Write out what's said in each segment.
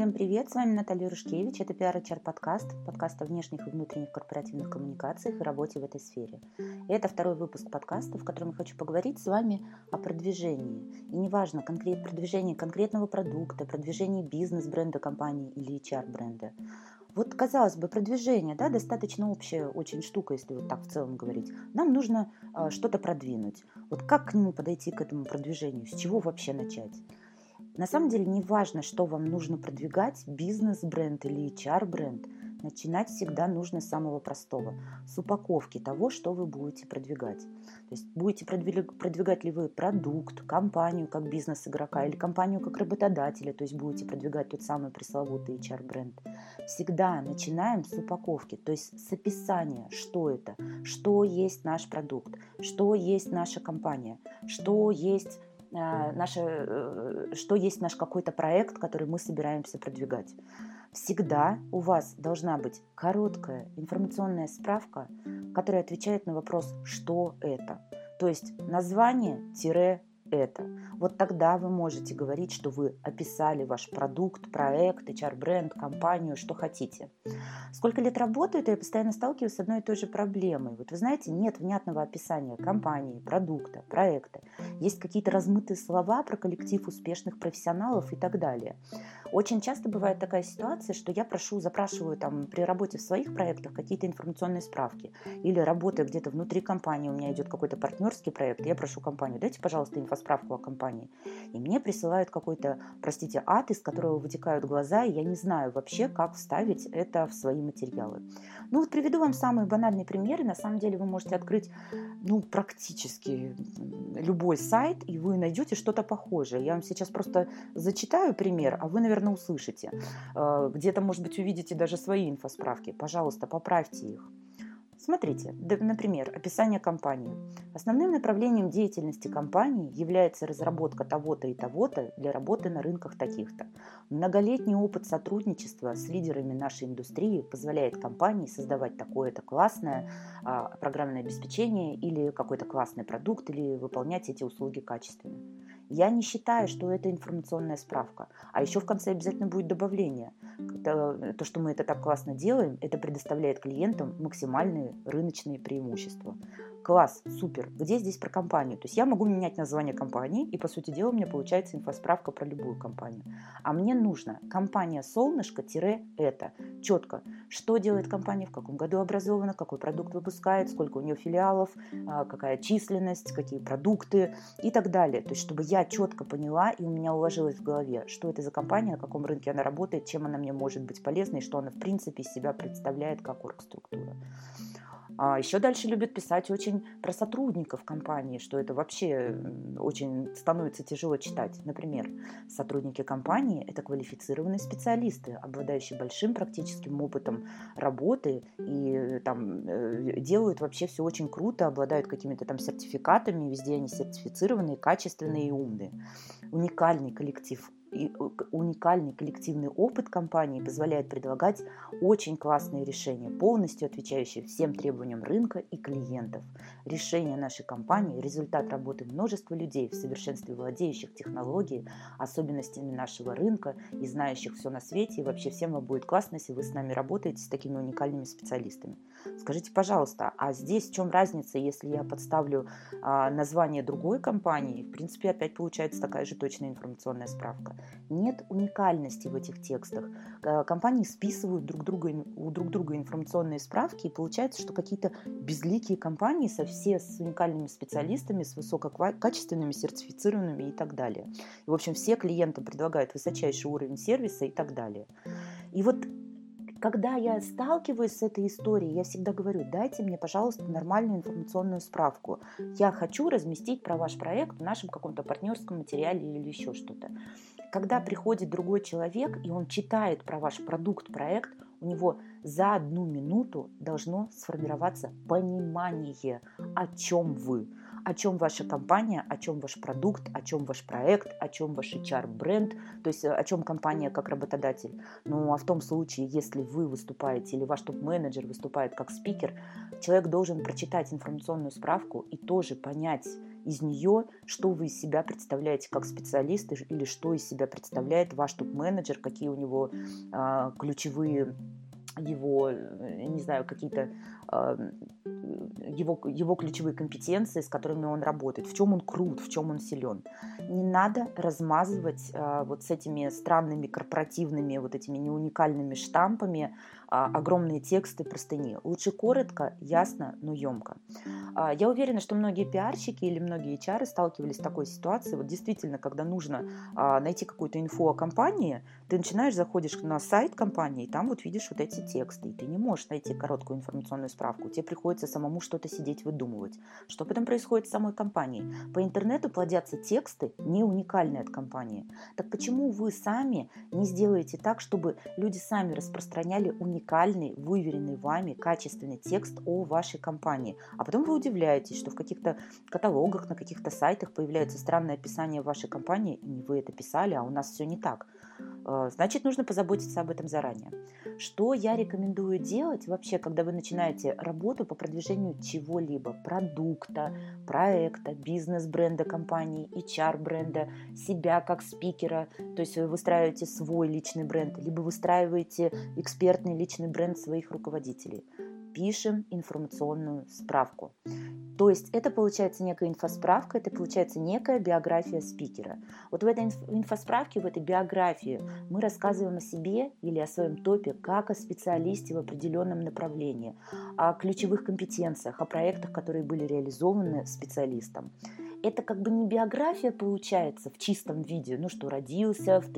Всем привет, с вами Наталья Рушкевич, это PR HR подкаст о внешних и внутренних корпоративных коммуникациях и работе в этой сфере. И это второй выпуск подкаста, в котором я хочу поговорить с вами о продвижении. И неважно, продвижение конкретного продукта, продвижение бизнес-бренда компании или HR-бренда. Вот, казалось бы, продвижение, да, достаточно общая очень штука, если вот так в целом говорить. Нам нужно что-то продвинуть. Вот как к нему подойти, к этому продвижению, с чего вообще начать? На самом деле не важно, что вам нужно продвигать, бизнес-бренд или HR-бренд. Начинать всегда нужно с самого простого, с упаковки того, что вы будете продвигать. То есть будете продвигать ли вы продукт, компанию как бизнес-игрока или компанию как работодателя, то есть будете продвигать тот самый пресловутый HR-бренд. Всегда начинаем с упаковки, то есть с описания, что это, что есть наш продукт, что есть наша компания, что есть наш какой-то проект, который мы собираемся продвигать. Всегда у вас должна быть короткая информационная справка, которая отвечает на вопрос «что это?». То есть название-это. Вот тогда вы можете говорить, что вы описали ваш продукт, проект, HR-бренд, компанию, что хотите. Сколько лет работаю, то я постоянно сталкиваюсь с одной и той же проблемой. Вот вы знаете, нет внятного описания компании, продукта, проекта. Есть какие-то размытые слова про коллектив успешных профессионалов и так далее. Очень часто бывает такая ситуация, что я запрашиваю при работе в своих проектах какие-то информационные справки. Или работая где-то внутри компании, у меня идет какой-то партнерский проект, я прошу компанию, дайте, пожалуйста, инфосправку о компании. И мне присылают какой-то, ад, из которого вытекают глаза, и я не знаю вообще, как вставить это в свои материалы. Приведу вам самые банальные примеры. На самом деле вы можете открыть практически любой сайт, и вы найдете что-то похожее. Я вам сейчас просто зачитаю пример, а вы, наверное, услышите. Где-то, может быть, увидите даже свои инфосправки. Пожалуйста, поправьте их. Смотрите, например, описание компании. Основным направлением деятельности компании является разработка того-то и того-то для работы на рынках таких-то. Многолетний опыт сотрудничества с лидерами нашей индустрии позволяет компании создавать такое-то классное программное обеспечение или какой-то классный продукт, или выполнять эти услуги качественно. Я не считаю, что это информационная справка. А еще в конце обязательно будет добавление. То, что мы это так классно делаем, это предоставляет клиентам максимальные рыночные преимущества. Класс, супер. Где здесь про компанию? То есть я могу менять название компании, и, по сути дела, у меня получается инфосправка про любую компанию. А мне нужно компания солнышко-это. Четко. Что делает компания, в каком году образована, какой продукт выпускает, сколько у нее филиалов, какая численность, какие продукты и так далее. То есть чтобы я четко поняла и у меня уложилось в голове, что это за компания, на каком рынке она работает, чем она мне может быть полезна и что она в принципе из себя представляет как оргструктура. А еще дальше любят писать очень про сотрудников компании, что это вообще очень становится тяжело читать. Например, сотрудники компании – это квалифицированные специалисты, обладающие большим практическим опытом работы и делают вообще все очень круто, обладают какими-то сертификатами, везде они сертифицированные, качественные и умные. Уникальный коллективный опыт компании позволяет предлагать очень классные решения, полностью отвечающие всем требованиям рынка и клиентов. Решения нашей компании – результат работы множества людей, в совершенстве владеющих технологией, особенностями нашего рынка и знающих все на свете. И вообще всем вам будет классно, если вы с нами работаете, с такими уникальными специалистами. Скажите, пожалуйста, а здесь в чем разница, если я подставлю название другой компании? В принципе, опять получается такая же точная информационная справка. Нет уникальности в этих текстах. Компании списывают у друг друга информационные справки, и получается, что какие-то безликие компании с уникальными специалистами, с высококачественными, сертифицированными и так далее. И, в общем, все клиентам предлагают высочайший уровень сервиса и так далее. И вот когда я сталкиваюсь с этой историей, я всегда говорю, дайте мне, пожалуйста, нормальную информационную справку. Я хочу разместить про ваш проект в нашем каком-то партнерском материале или еще что-то. Когда приходит другой человек, и он читает про ваш продукт, проект, у него за 1 минуту должно сформироваться понимание, о чем вы, о чем ваша компания, о чем ваш продукт, о чем ваш проект, о чем ваш HR-бренд, то есть о чем компания как работодатель. А в том случае, если вы выступаете или ваш топ-менеджер выступает как спикер, человек должен прочитать информационную справку и тоже понять из нее, что вы из себя представляете как специалист или что из себя представляет ваш топ-менеджер, какие у него ключевые его, не знаю, какие-то его ключевые компетенции, с которыми он работает, в чем он крут, в чем он силен. Не надо размазывать вот с этими странными корпоративными, вот этими неуникальными штампами огромные тексты простыни. Лучше коротко, ясно, но емко. Я уверена, что многие пиарщики или многие HR сталкивались с такой ситуацией. Вот действительно, когда нужно найти какую-то инфу о компании, ты начинаешь, заходишь на сайт компании, и там вот видишь вот эти тексты, и ты не можешь найти короткую информационную справку. Тебе приходится самому что-то сидеть выдумывать. Что потом происходит с самой компанией? По интернету плодятся тексты, не уникальные от компании. Так почему вы сами не сделаете так, чтобы люди сами распространяли уникальный, выверенный вами, качественный текст о вашей компании? А потом вы удивляетесь, что в каких-то каталогах, на каких-то сайтах появляется странное описание вашей компании, и не вы это писали, а у нас все не так. Значит, нужно позаботиться об этом заранее. Что я рекомендую делать вообще, когда вы начинаете работу по продвижению чего-либо, продукта, проекта, бизнес-бренда компании, HR-бренда, себя как спикера, то есть вы выстраиваете свой личный бренд, либо выстраиваете экспертный личный бренд своих руководителей. Пишем информационную справку. То есть это получается некая инфосправка, это получается некая биография спикера. Вот в этой инфосправке, в этой биографии мы рассказываем о себе или о своем топе как о специалисте в определенном направлении, о ключевых компетенциях, о проектах, которые были реализованы специалистом. Это как бы не биография получается в чистом виде, ну что, родился в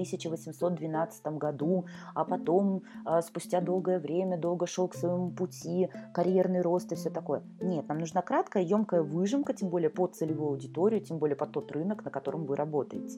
1812 году, а потом спустя долгое время долго шел к своему пути, карьерный рост и все такое. Нет, нам нужна краткая, емкая выжимка, тем более под целевую аудиторию, тем более под тот рынок, на котором вы работаете.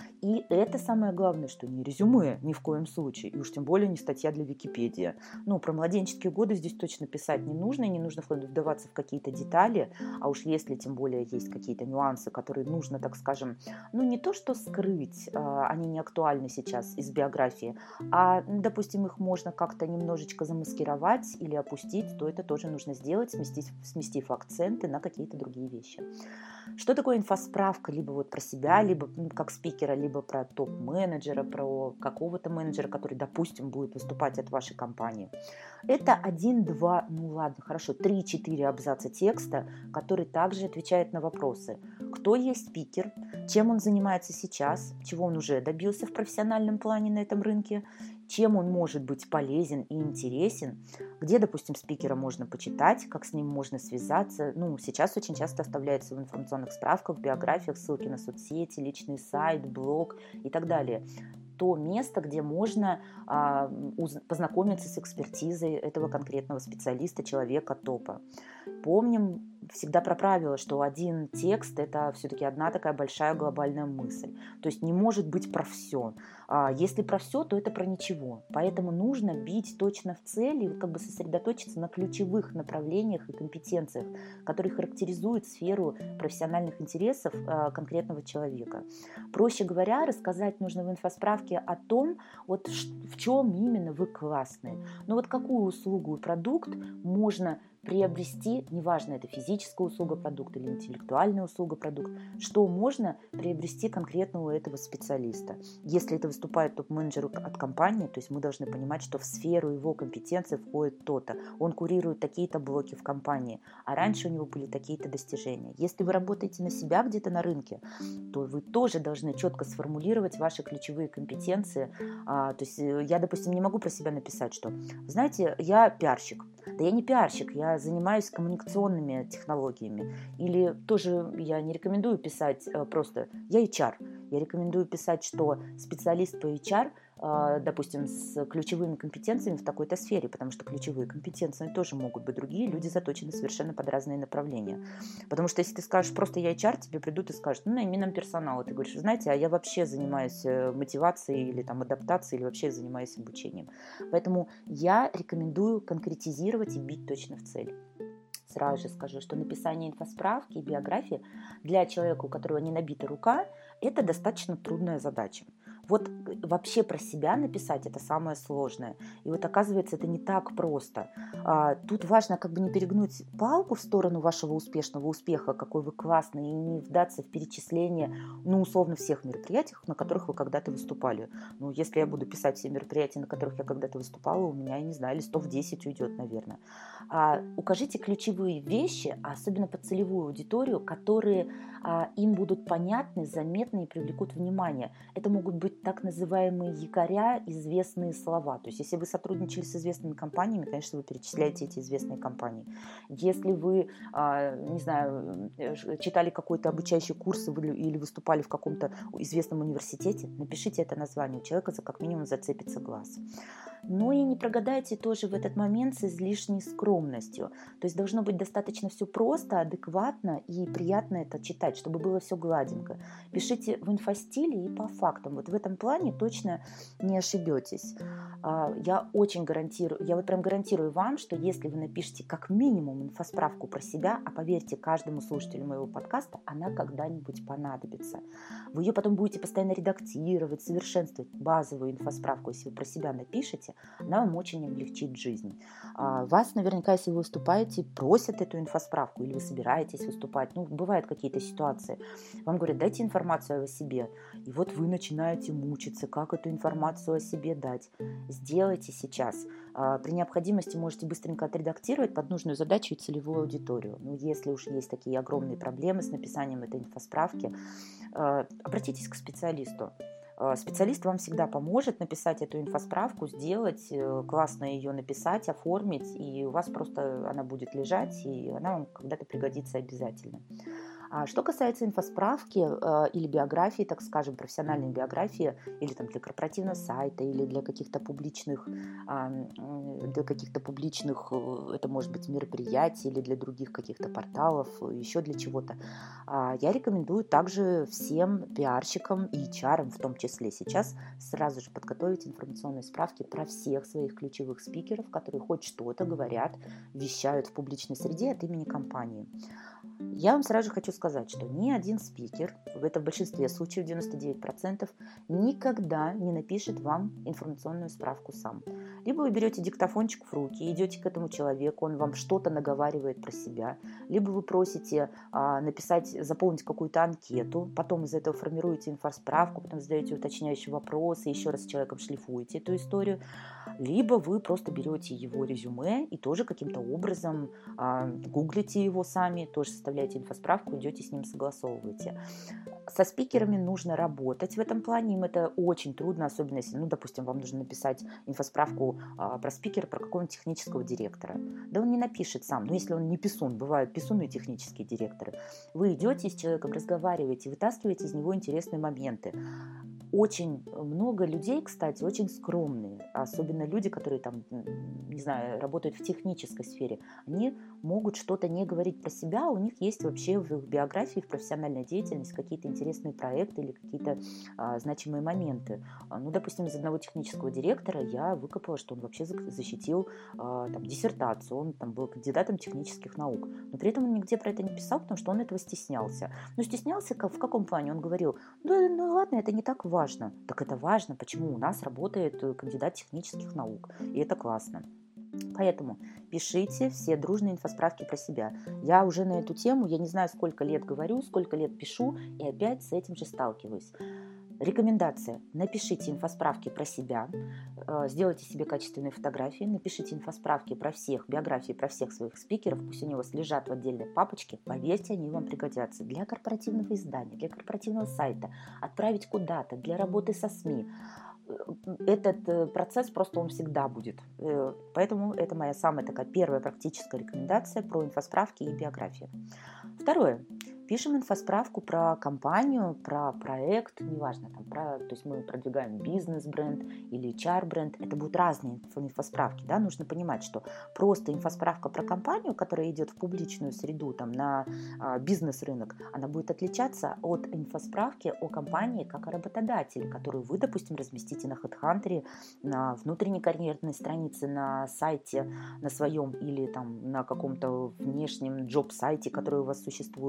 И это самое главное, что не резюме ни в коем случае, и уж тем более не статья для Википедии. Ну, про младенческие годы здесь точно писать не нужно, и не нужно вдаваться в какие-то детали, а уж если тем более есть какие-то нюансы, которые нужно, так скажем, ну не то что скрыть, они не актуальны сейчас из биографии, а, допустим, их можно как-то немножечко замаскировать или опустить, то это тоже нужно сделать, сместив акценты на какие-то другие вещи. Что такое инфосправка? Либо вот про себя, либо как спикера, либо про топ-менеджера, про какого-то менеджера, который, допустим, будет выступать от вашей компании. Это 1-2, ну ладно, хорошо, 3-4 абзаца текста, который также отвечает на вопросы. Кто есть спикер, чем он занимается сейчас, чего он уже добился в профессиональном плане на этом рынке, чем он может быть полезен и интересен, где, допустим, спикера можно почитать, как с ним можно связаться. Ну, сейчас очень часто оставляется в информационных справках, в биографиях ссылки на соцсети, личный сайт, блог и так далее. То место, где можно познакомиться с экспертизой этого конкретного специалиста, человека, топа. Помним всегда про правило, что один текст – это все-таки одна такая большая глобальная мысль. То есть не может быть про все. Если про все, то это про ничего. Поэтому нужно бить точно в цель и как бы сосредоточиться на ключевых направлениях и компетенциях, которые характеризуют сферу профессиональных интересов конкретного человека. Проще говоря, рассказать нужно в инфосправке о том, вот в чем именно вы классные. Но вот какую услугу и продукт можно приобрести, неважно, это физическая услуга, продукт или интеллектуальная услуга, продукт, что можно приобрести конкретно у этого специалиста. Если это выступает топ-менеджер от компании, то есть мы должны понимать, что в сферу его компетенции входит то-то. Он курирует такие-то блоки в компании, а раньше у него были такие-то достижения. Если вы работаете на себя где-то на рынке, то вы тоже должны четко сформулировать ваши ключевые компетенции. То есть я, допустим, не могу про себя написать, что, знаете, я пиарщик. Да я не пиарщик, я занимаюсь коммуникационными технологиями. Или тоже я не рекомендую писать просто «я HR». Я рекомендую писать, что специалист по HR, допустим, с ключевыми компетенциями в такой-то сфере, потому что ключевые компетенции тоже могут быть другие, люди заточены совершенно под разные направления. Потому что если ты скажешь просто «я HR», тебе придут и скажут, ну, найми нам персонал. Ты говоришь, знаете, а я вообще занимаюсь мотивацией или там адаптацией, или вообще занимаюсь обучением. Поэтому я рекомендую конкретизировать и бить точно в цель. Сразу же скажу, что написание инфосправки и биографии для человека, у которого не набита рука, это достаточно трудная задача. Вот вообще про себя написать это самое сложное. И вот оказывается, это не так просто. Тут важно как бы не перегнуть палку в сторону вашего успешного успеха, какой вы классный, и не вдаться в перечисление, ну, условно, всех мероприятий, на которых вы когда-то выступали. Ну, если я буду писать все мероприятия, на которых я когда-то выступала, у меня, я не знаю, листов 10 уйдет, наверное. Укажите ключевые вещи, а особенно под целевую аудиторию, которые им будут понятны, заметны и привлекут внимание. Это могут быть так называемые якоря, известные слова. То есть, если вы сотрудничали с известными компаниями, конечно, вы перечисляете эти известные компании. Если вы, не знаю, читали какой-то обучающий курс или выступали в каком-то известном университете, напишите это название. У человека как минимум зацепится глаз. Но и не прогадайте тоже в этот момент с излишней скромностью. То есть должно быть достаточно все просто, адекватно и приятно это читать, чтобы было все гладенько. Пишите в инфостиле и по фактам. Вот в этом плане точно не ошибетесь. Я очень гарантирую, я вот прям гарантирую вам, что если вы напишете как минимум инфосправку про себя, а поверьте каждому слушателю моего подкаста, она когда-нибудь понадобится. Вы ее потом будете постоянно редактировать, совершенствовать базовую инфосправку. Если вы про себя напишете, она вам очень облегчит жизнь. Вас наверняка, если вы выступаете, просят эту инфосправку, или вы собираетесь выступать. Ну, бывают какие-то ситуации. Вам говорят, дайте информацию о себе. И вот вы начинаете мучиться, как эту информацию о себе дать. Сделайте сейчас. При необходимости можете быстренько отредактировать под нужную задачу и целевую аудиторию. Ну, если уж есть такие огромные проблемы с написанием этой инфосправки, обратитесь к специалисту. Специалист вам всегда поможет написать эту инфосправку, сделать, классно ее написать, оформить, и у вас просто она будет лежать, и она вам когда-то пригодится обязательно. Что касается инфосправки или биографии, так скажем, профессиональной биографии, или там для корпоративного сайта, или для каких-то публичных, это может быть мероприятий, или для других каких-то порталов, еще для чего-то, я рекомендую также всем пиарщикам и HR в том числе сейчас сразу же подготовить информационные справки про всех своих ключевых спикеров, которые хоть что-то говорят, вещают в публичной среде от имени компании. Я вам сразу же хочу сказать, что ни один спикер, это в большинстве случаев 99%, никогда не напишет вам информационную справку сам. Либо вы берете диктофончик в руки, идете к этому человеку, он вам что-то наговаривает про себя, либо вы просите заполнить какую-то анкету, потом из этого формируете инфосправку, потом задаете уточняющие вопросы, еще раз с человеком шлифуете эту историю, либо вы просто берете его резюме и тоже каким-то образом гуглите его сами, тоже составляете инфосправку, идете с ним согласовываете. Со спикерами нужно работать в этом плане, им это очень трудно, особенно если, допустим, вам нужно написать инфосправку про спикера, про какого-нибудь технического директора. Да он не напишет сам, но если он не писун, бывают писуны технические директоры. Вы идете с человеком, разговариваете, вытаскиваете из него интересные моменты. Очень много людей, кстати, очень скромные, особенно люди, которые там, не знаю, работают в технической сфере, они могут что-то не говорить про себя, у них есть вообще в их биографии, в профессиональной деятельности какие-то интересные проекты или какие-то значимые моменты. Допустим, из одного технического директора я выкопала, что он вообще защитил диссертацию, он там был кандидатом технических наук, но при этом он нигде про это не писал, потому что он этого стеснялся. Но стеснялся в каком плане? Он говорил, ну ладно, это не так важно. Так это важно, почему у нас работает кандидат технических наук, и это классно. Поэтому пишите все дружные инфосправки про себя. Я уже на эту тему, я не знаю, сколько лет говорю, сколько лет пишу, и опять с этим же сталкиваюсь. Рекомендация. Напишите инфосправки про себя, сделайте себе качественные фотографии, напишите инфосправки про всех, биографии про всех своих спикеров, пусть они у вас лежат в отдельной папочке, поверьте, они вам пригодятся для корпоративного издания, для корпоративного сайта, отправить куда-то, для работы со СМИ. Этот процесс просто он всегда будет. Поэтому это моя самая такая первая практическая рекомендация про инфосправки и биографии. Второе. Пишем инфосправку про компанию, про проект, неважно, то есть мы продвигаем бизнес-бренд или HR-бренд, это будут разные инфосправки, да, нужно понимать, что просто инфосправка про компанию, которая идет в публичную среду, на бизнес-рынок, она будет отличаться от инфосправки о компании как о работодателе, которую вы, допустим, разместите на HeadHunter, на внутренней карьерной странице, на сайте на своем или на каком-то внешнем джоб-сайте, который у вас существует,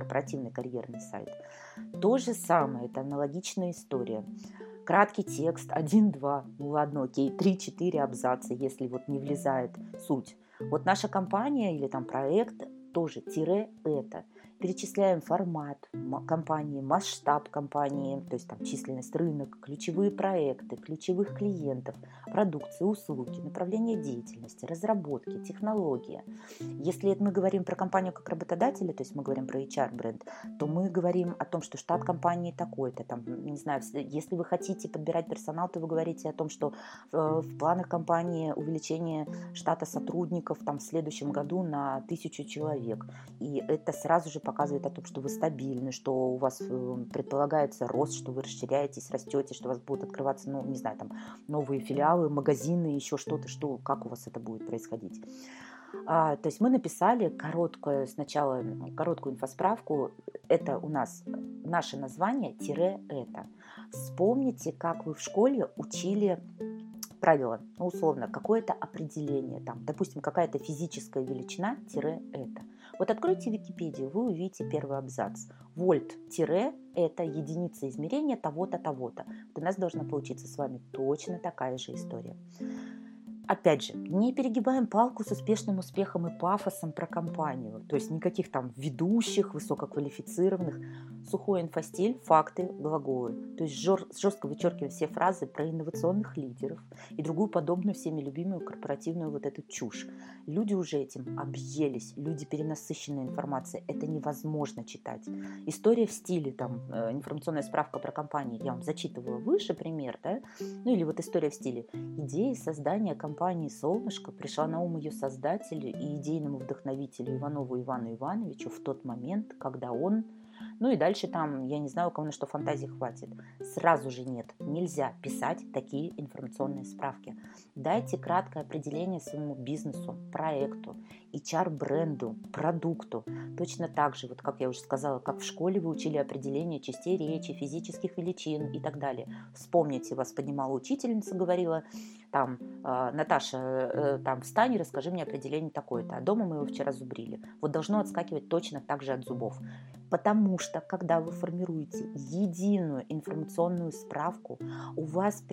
корпоративный карьерный сайт. То же самое, это аналогичная история. Краткий текст, 1-2, ну ладно, окей, 3-4 абзаца, если вот не влезает суть. Вот наша компания или там проект тоже тире это. Перечисляем формат компании, масштаб компании, то есть там численность, рынок, ключевые проекты, ключевых клиентов, продукции, услуги, направление деятельности, разработки, технологии. Если мы говорим про компанию как работодателя, то есть мы говорим про HR-бренд, то мы говорим о том, что штат компании такой-то. Там, не знаю, если вы хотите подбирать персонал, то вы говорите о том, что в планах компании увеличение штата сотрудников там, в следующем году на 1000 человек. И это сразу же показывает о том, что вы стабильны, что у вас предполагается рост, что вы расширяетесь, растете, что у вас будут открываться, ну, не знаю, там, новые филиалы, магазины, еще что-то, как у вас это будет происходить. То есть мы написали сначала короткую инфосправку. Это у нас наше название -это. Вспомните, как вы в школе учили правило, ну, условно, какое-то определение, там, допустим, какая-то физическая величина -это. Вот откройте Википедию, вы увидите первый абзац. Вольт это единица измерения того-то, того-то. Вот у нас должна получиться с вами точно такая же история. Опять же, не перегибаем палку с успешным успехом и пафосом про компанию. То есть никаких там ведущих, высококвалифицированных. Сухой инфостиль, факты, глаголы. То есть жестко вычеркиваем все фразы про инновационных лидеров и другую подобную всеми любимую корпоративную вот эту чушь. Люди уже этим объелись, люди перенасыщены информацией. Это невозможно читать. История в стиле, там, информационная справка про компанию, я вам зачитывала выше пример, да? Ну или вот история в стиле. Идея создания компании «Солнышко» пришла на ум ее создателю и идейному вдохновителю Иванову Ивану Ивановичу в тот момент, когда он... Ну и дальше там, я не знаю, у кого на что фантазии хватит. Сразу же нет, нельзя писать такие информационные справки. Дайте краткое определение своему бизнесу, проекту, HR-бренду, продукту. Точно так же, вот как я уже сказала, как в школе вы учили определение частей речи, физических величин и так далее. Вспомните, вас поднимала учительница, говорила, там, Наташа, там, встань и расскажи мне определение такое-то. А дома мы его вчера зубрили. Вот должно отскакивать точно так же от зубов. Потому что, когда вы формируете единую информационную справку, у вас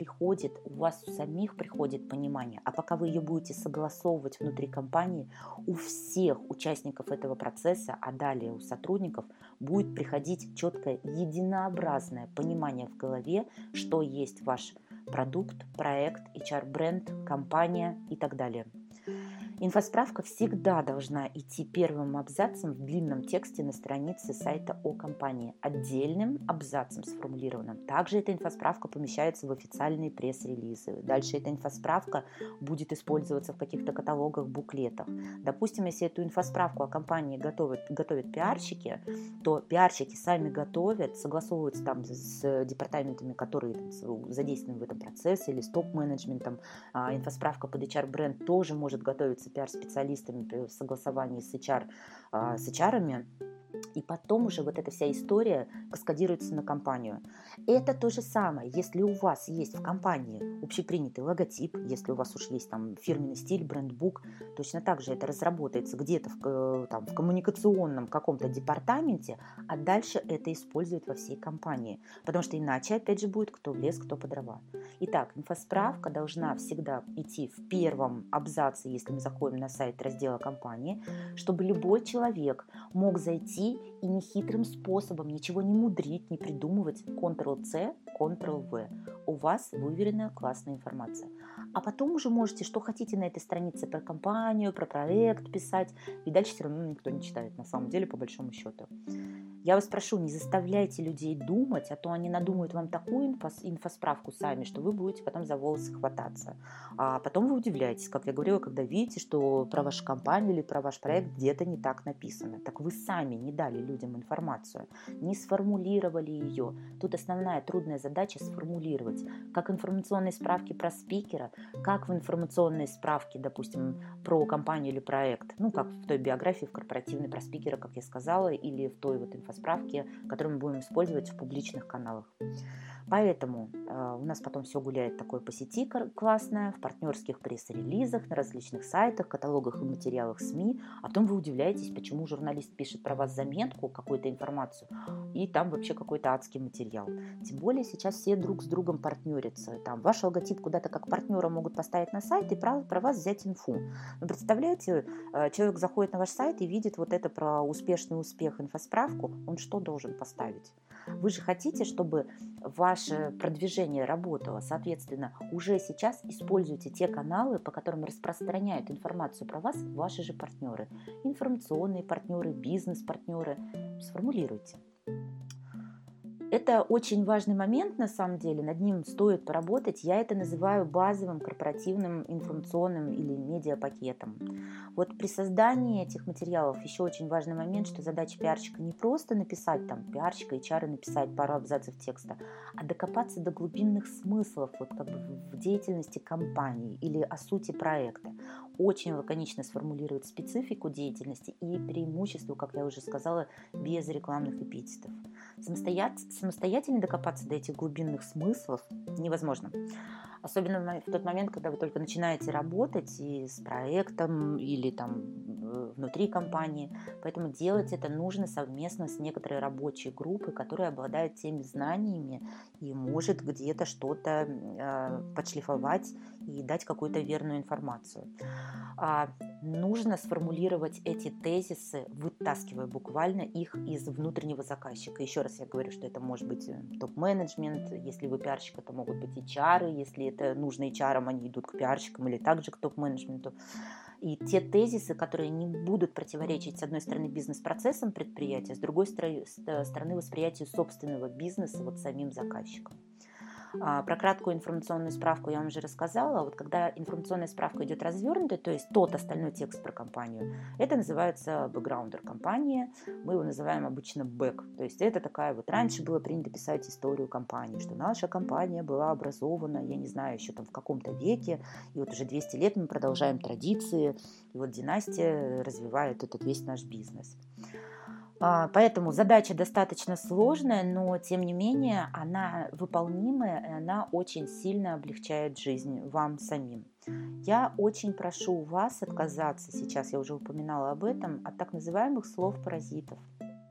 у самих приходит понимание, а пока вы ее будете согласовывать внутри компании, у всех участников этого процесса, а далее у сотрудников, будет приходить четкое, единообразное понимание в голове, что есть ваш продукт, проект, HR-бренд, компания и так далее. Инфосправка всегда должна идти первым абзацем в длинном тексте на странице сайта о компании, отдельным абзацем сформулированным. Также эта инфосправка помещается в официальные пресс-релизы. Дальше эта инфосправка будет использоваться в каких-то каталогах, буклетах. Допустим, если эту инфосправку о компании готовят пиарщики, то пиарщики сами готовят, согласовываются там с департаментами, которые задействованы в этом процессе, или с топ-менеджментом. Инфосправка под HR-бренд тоже может готовиться пиар-специалистами в согласовании с HR-ами, и потом уже вот эта вся история каскадируется на компанию. Это то же самое, если у вас есть в компании общепринятый логотип, если у вас уж есть там фирменный стиль, брендбук, точно так же это разработается где-то в коммуникационном каком-то департаменте, а дальше это используют во всей компании, потому что иначе опять же будет кто в лес, кто по дрова. Итак, инфосправка должна всегда идти в первом абзаце, если мы заходим на сайт раздела компании, чтобы любой человек мог зайти и нехитрым способом, ничего не мудрить, не придумывать, Ctrl-C, Ctrl-V. У вас выверенная классная информация. А потом уже можете, что хотите на этой странице про компанию, про проект писать, и дальше все равно никто не читает, на самом деле, по большому счету. Я вас прошу, не заставляйте людей думать, а то они надумают вам такую инфосправку сами, что вы будете потом за волосы хвататься. А потом вы удивляетесь, как я говорила, когда видите, что про вашу компанию или про ваш проект где-то не так написано. Так вы сами не дали людям информацию, не сформулировали ее. Тут основная трудная задача сформулировать. Как информационные справки про спикера, как в информационной справке, допустим, про компанию или проект, ну, как в той биографии, в корпоративной про спикера, как я сказала, или в той вот инфосправке, которую мы будем использовать в публичных каналах. Поэтому у нас потом все гуляет такое по сети классное, в партнерских пресс-релизах, на различных сайтах, каталогах и материалах СМИ. А потом вы удивляетесь, почему журналист пишет про вас заметку, какую-то информацию, и там вообще какой-то адский материал. Тем более сейчас все друг с другом партнерятся. Там ваш логотип куда-то как партнера могут поставить на сайт и про вас взять инфу. Но представляете, человек заходит на ваш сайт и видит вот это про успешный успех инфосправку, он что должен поставить? Вы же хотите, чтобы ваше продвижение работало. Соответственно, уже сейчас используйте те каналы, по которым распространяют информацию про вас ваши же партнеры. Информационные партнеры, бизнес-партнеры. Сформулируйте. Это очень важный момент, на самом деле, над ним стоит поработать. Я это называю базовым корпоративным информационным или медиапакетом. Вот при создании этих материалов еще очень важный момент, что задача пиарщика не просто написать, там, пиарщика, HR написать пару абзацев текста, а докопаться до глубинных смыслов вот как бы в деятельности компании или о сути проекта. Очень лаконично сформулировать специфику деятельности и преимущества, как я уже сказала, без рекламных эпитетов. Самостоятельно докопаться до этих глубинных смыслов невозможно. Особенно в тот момент, когда вы только начинаете работать и с проектом или там внутри компании. Поэтому делать это нужно совместно с некоторой рабочей группой, которая обладает теми знаниями и может где-то что-то подшлифовать и дать какую-то верную информацию. Нужно сформулировать эти тезисы, вытаскивая буквально их из внутреннего заказчика. Еще раз я говорю, что это может быть топ-менеджмент, если вы пиарщик, это могут быть HR, если это нужно HR, они идут к пиарщикам или также к топ-менеджменту. И те тезисы, которые не будут противоречить, с одной стороны, бизнес-процессам предприятия, с другой стороны, восприятию собственного бизнеса вот самим заказчиком. Про краткую информационную справку я вам уже рассказала. Вот когда информационная справка идет развернутой, то есть тот остальной текст про компанию, это называется бэкграундер компании. Мы его называем обычно бэк. То есть это такая вот... Раньше было принято писать историю компании, что наша компания была образована, я не знаю, еще там в каком-то веке, и вот уже 200 лет мы продолжаем традиции, и вот династия развивает этот весь наш бизнес. Поэтому задача достаточно сложная, но тем не менее она выполнимая, и она очень сильно облегчает жизнь вам самим. Я очень прошу вас отказаться, сейчас я уже упоминала об этом, от так называемых слов-паразитов.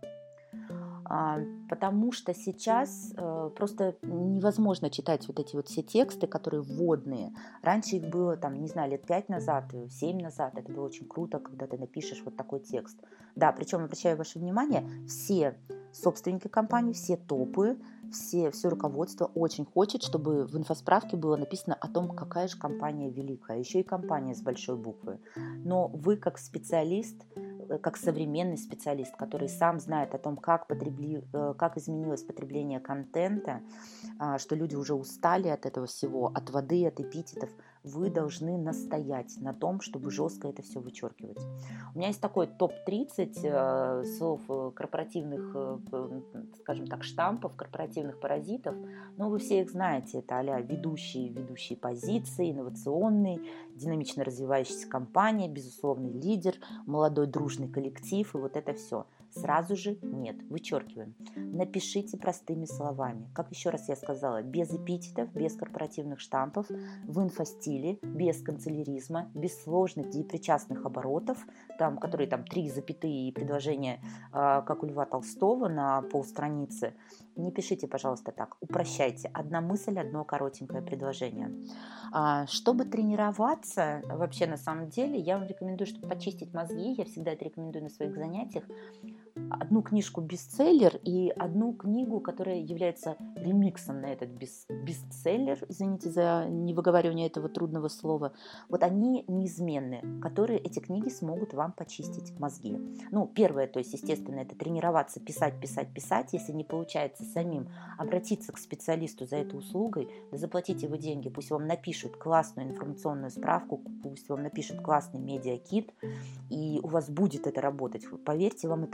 Потому что сейчас просто невозможно читать вот эти вот все тексты, которые вводные. Раньше их было, там, не знаю, лет 5 назад, 7 назад. Это было очень круто, когда ты напишешь вот такой текст. Да, причем, обращаю ваше внимание, все собственники компании, все топы, все руководство очень хочет, чтобы в инфосправке было написано о том, какая же компания великая, еще и компания с большой буквы. Но вы как специалист, как современный специалист, который сам знает о том, как изменилось потребление контента, что люди уже устали от этого всего, от воды, от эпитетов, вы должны настоять на том, чтобы жестко это все вычеркивать. У меня есть такой топ-30 слов корпоративных, скажем так, штампов, корпоративных паразитов, но вы все их знаете. Это а-ля ведущие позиции, инновационный, динамично развивающаяся компания, безусловный лидер, молодой дружный коллектив и вот это все. Сразу же нет, вычеркиваем. Напишите простыми словами. Как еще раз я сказала, без эпитетов, без корпоративных штампов, в инфостиле, без канцеляризма, без сложных депричастных оборотов, которые 3 запятые и предложения, как у Льва Толстого на полстраницы. Не пишите, пожалуйста, так. Упрощайте. Одна мысль, одно коротенькое предложение. Чтобы тренироваться, вообще на самом деле, я вам рекомендую, чтобы почистить мозги, я всегда это рекомендую на своих занятиях, одну книжку-бестселлер и одну книгу, которая является ремиксом на этот бестселлер, извините за невыговаривание этого трудного слова. Вот они неизменны, которые эти книги смогут вам почистить мозги. Первое, то есть, естественно, это тренироваться, писать. Если не получается самим, обратиться к специалисту за этой услугой, заплатить его деньги, пусть вам напишут классную информационную справку, пусть вам напишут классный медиакит, и у вас будет это работать. Поверьте, вам это окупится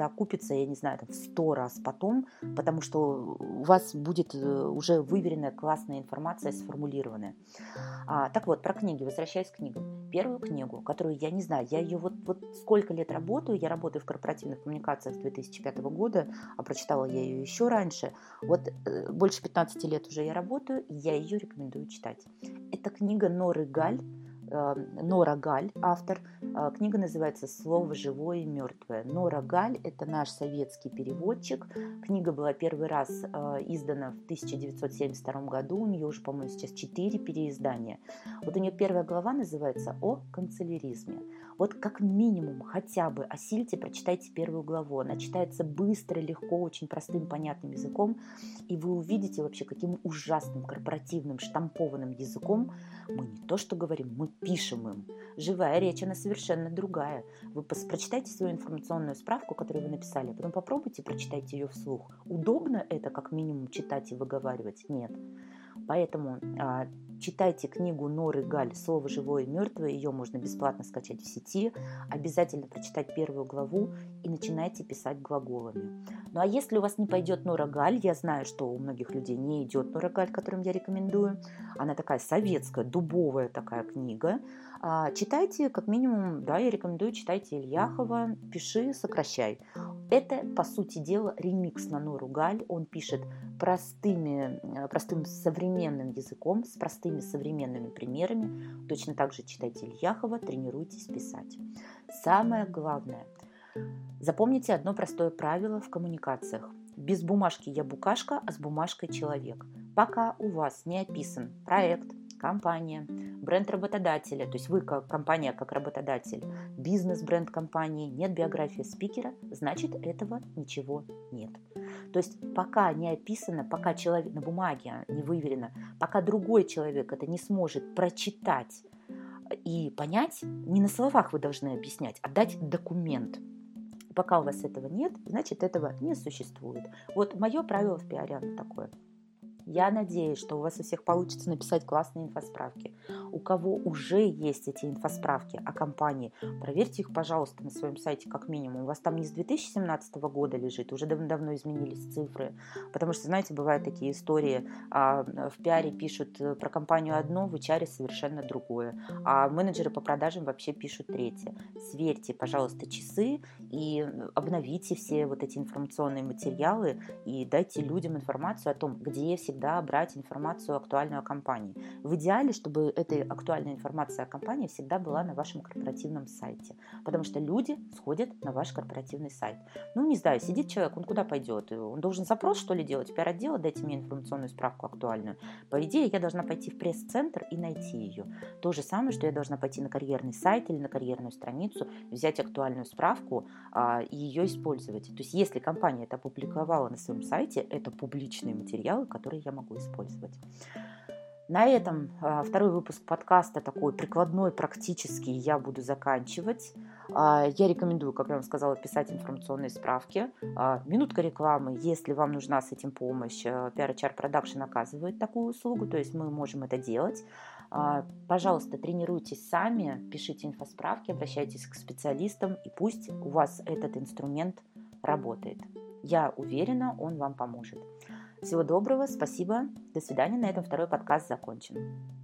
окупится, я не знаю, там, в 100 раз потом, потому что у вас будет уже выверенная классная информация, сформулированная. Так вот, про книги, возвращаясь к книгам. Первую книгу, которую я не знаю, я ее вот сколько лет работаю, я работаю в корпоративных коммуникациях с 2005 года, а прочитала я ее еще раньше. Больше 15 лет уже я работаю, и я ее рекомендую читать. Это книга Норы Галь, Нора Галь, автор. Книга называется «Слово живое и мертвое». Нора Галь – это наш советский переводчик. Книга была первый раз издана в 1972 году. У нее уже, по-моему, сейчас 4 переиздания. У нее первая глава называется «О канцеляризме». Как минимум, хотя бы осильте, прочитайте первую главу. Она читается быстро, легко, очень простым, понятным языком. И вы увидите вообще, каким ужасным корпоративным штампованным языком мы не то что говорим, мы пишем им. Живая речь, она совершенно другая. Вы прочитайте свою информационную справку, которую вы написали, а потом попробуйте прочитайте ее вслух. Удобно это как минимум читать и выговаривать? Нет. Поэтому читайте книгу Норы Галь «Слово живое и мертвое». Ее можно бесплатно скачать в сети. Обязательно прочитать первую главу и начинайте писать глаголами. А если у вас не пойдет Нора Галь, я знаю, что у многих людей не идет Нора Галь, которым я рекомендую. Она такая советская, дубовая такая книга. Читайте, как минимум, я рекомендую, читайте Ильяхова «Пиши, сокращай». Это, по сути дела, ремикс на Нору Галь. Он пишет простым современным языком, с простыми современными примерами. Точно так же читайте Ильяхова, тренируйтесь писать. Самое главное, запомните одно простое правило в коммуникациях. Без бумажки я букашка, а с бумажкой человек. Пока у вас не описан проект, компания, бренд работодателя, то есть вы как компания, как работодатель, бизнес-бренд компании, нет биографии спикера, значит этого ничего нет. То есть пока не описано, пока человек на бумаге не выверено, пока другой человек это не сможет прочитать и понять, не на словах вы должны объяснять, а дать документ. Пока у вас этого нет, значит этого не существует. Мое правило в пиаре оно такое. Я надеюсь, что у вас у всех получится написать классные инфосправки. У кого уже есть эти инфосправки о компании, проверьте их, пожалуйста, на своем сайте как минимум. У вас там не с 2017 года лежит, уже давно изменились цифры. Потому что, знаете, бывают такие истории, в пиаре пишут про компанию одно, в HR совершенно другое. А менеджеры по продажам вообще пишут третье. Сверьте, пожалуйста, часы и обновите все эти информационные материалы и дайте людям информацию о том, где всегда брать информацию актуальную о компании. В идеале, чтобы эта актуальная информация о компании всегда была на вашем корпоративном сайте, потому что люди сходят на ваш корпоративный сайт. Не знаю, сидит человек, он куда пойдет? Он должен запрос, что ли, делать? В пиар-отдел, дайте мне информационную справку актуальную. По идее, я должна пойти в пресс-центр и найти ее. То же самое, что я должна пойти на карьерный сайт или на карьерную страницу, взять актуальную справку и ее использовать. То есть, если компания это опубликовала на своем сайте, это публичные материалы, которые я могу использовать. На этом второй выпуск подкаста такой прикладной, практический, я буду заканчивать. Я рекомендую, как я вам сказала, писать информационные справки. Минутка рекламы, если вам нужна с этим помощь, PR Production оказывает такую услугу, то есть мы можем это делать. Пожалуйста, тренируйтесь сами, пишите инфосправки, обращайтесь к специалистам, и пусть у вас этот инструмент работает. Я уверена, он вам поможет. Всего доброго, спасибо, до свидания. На этом второй подкаст закончен.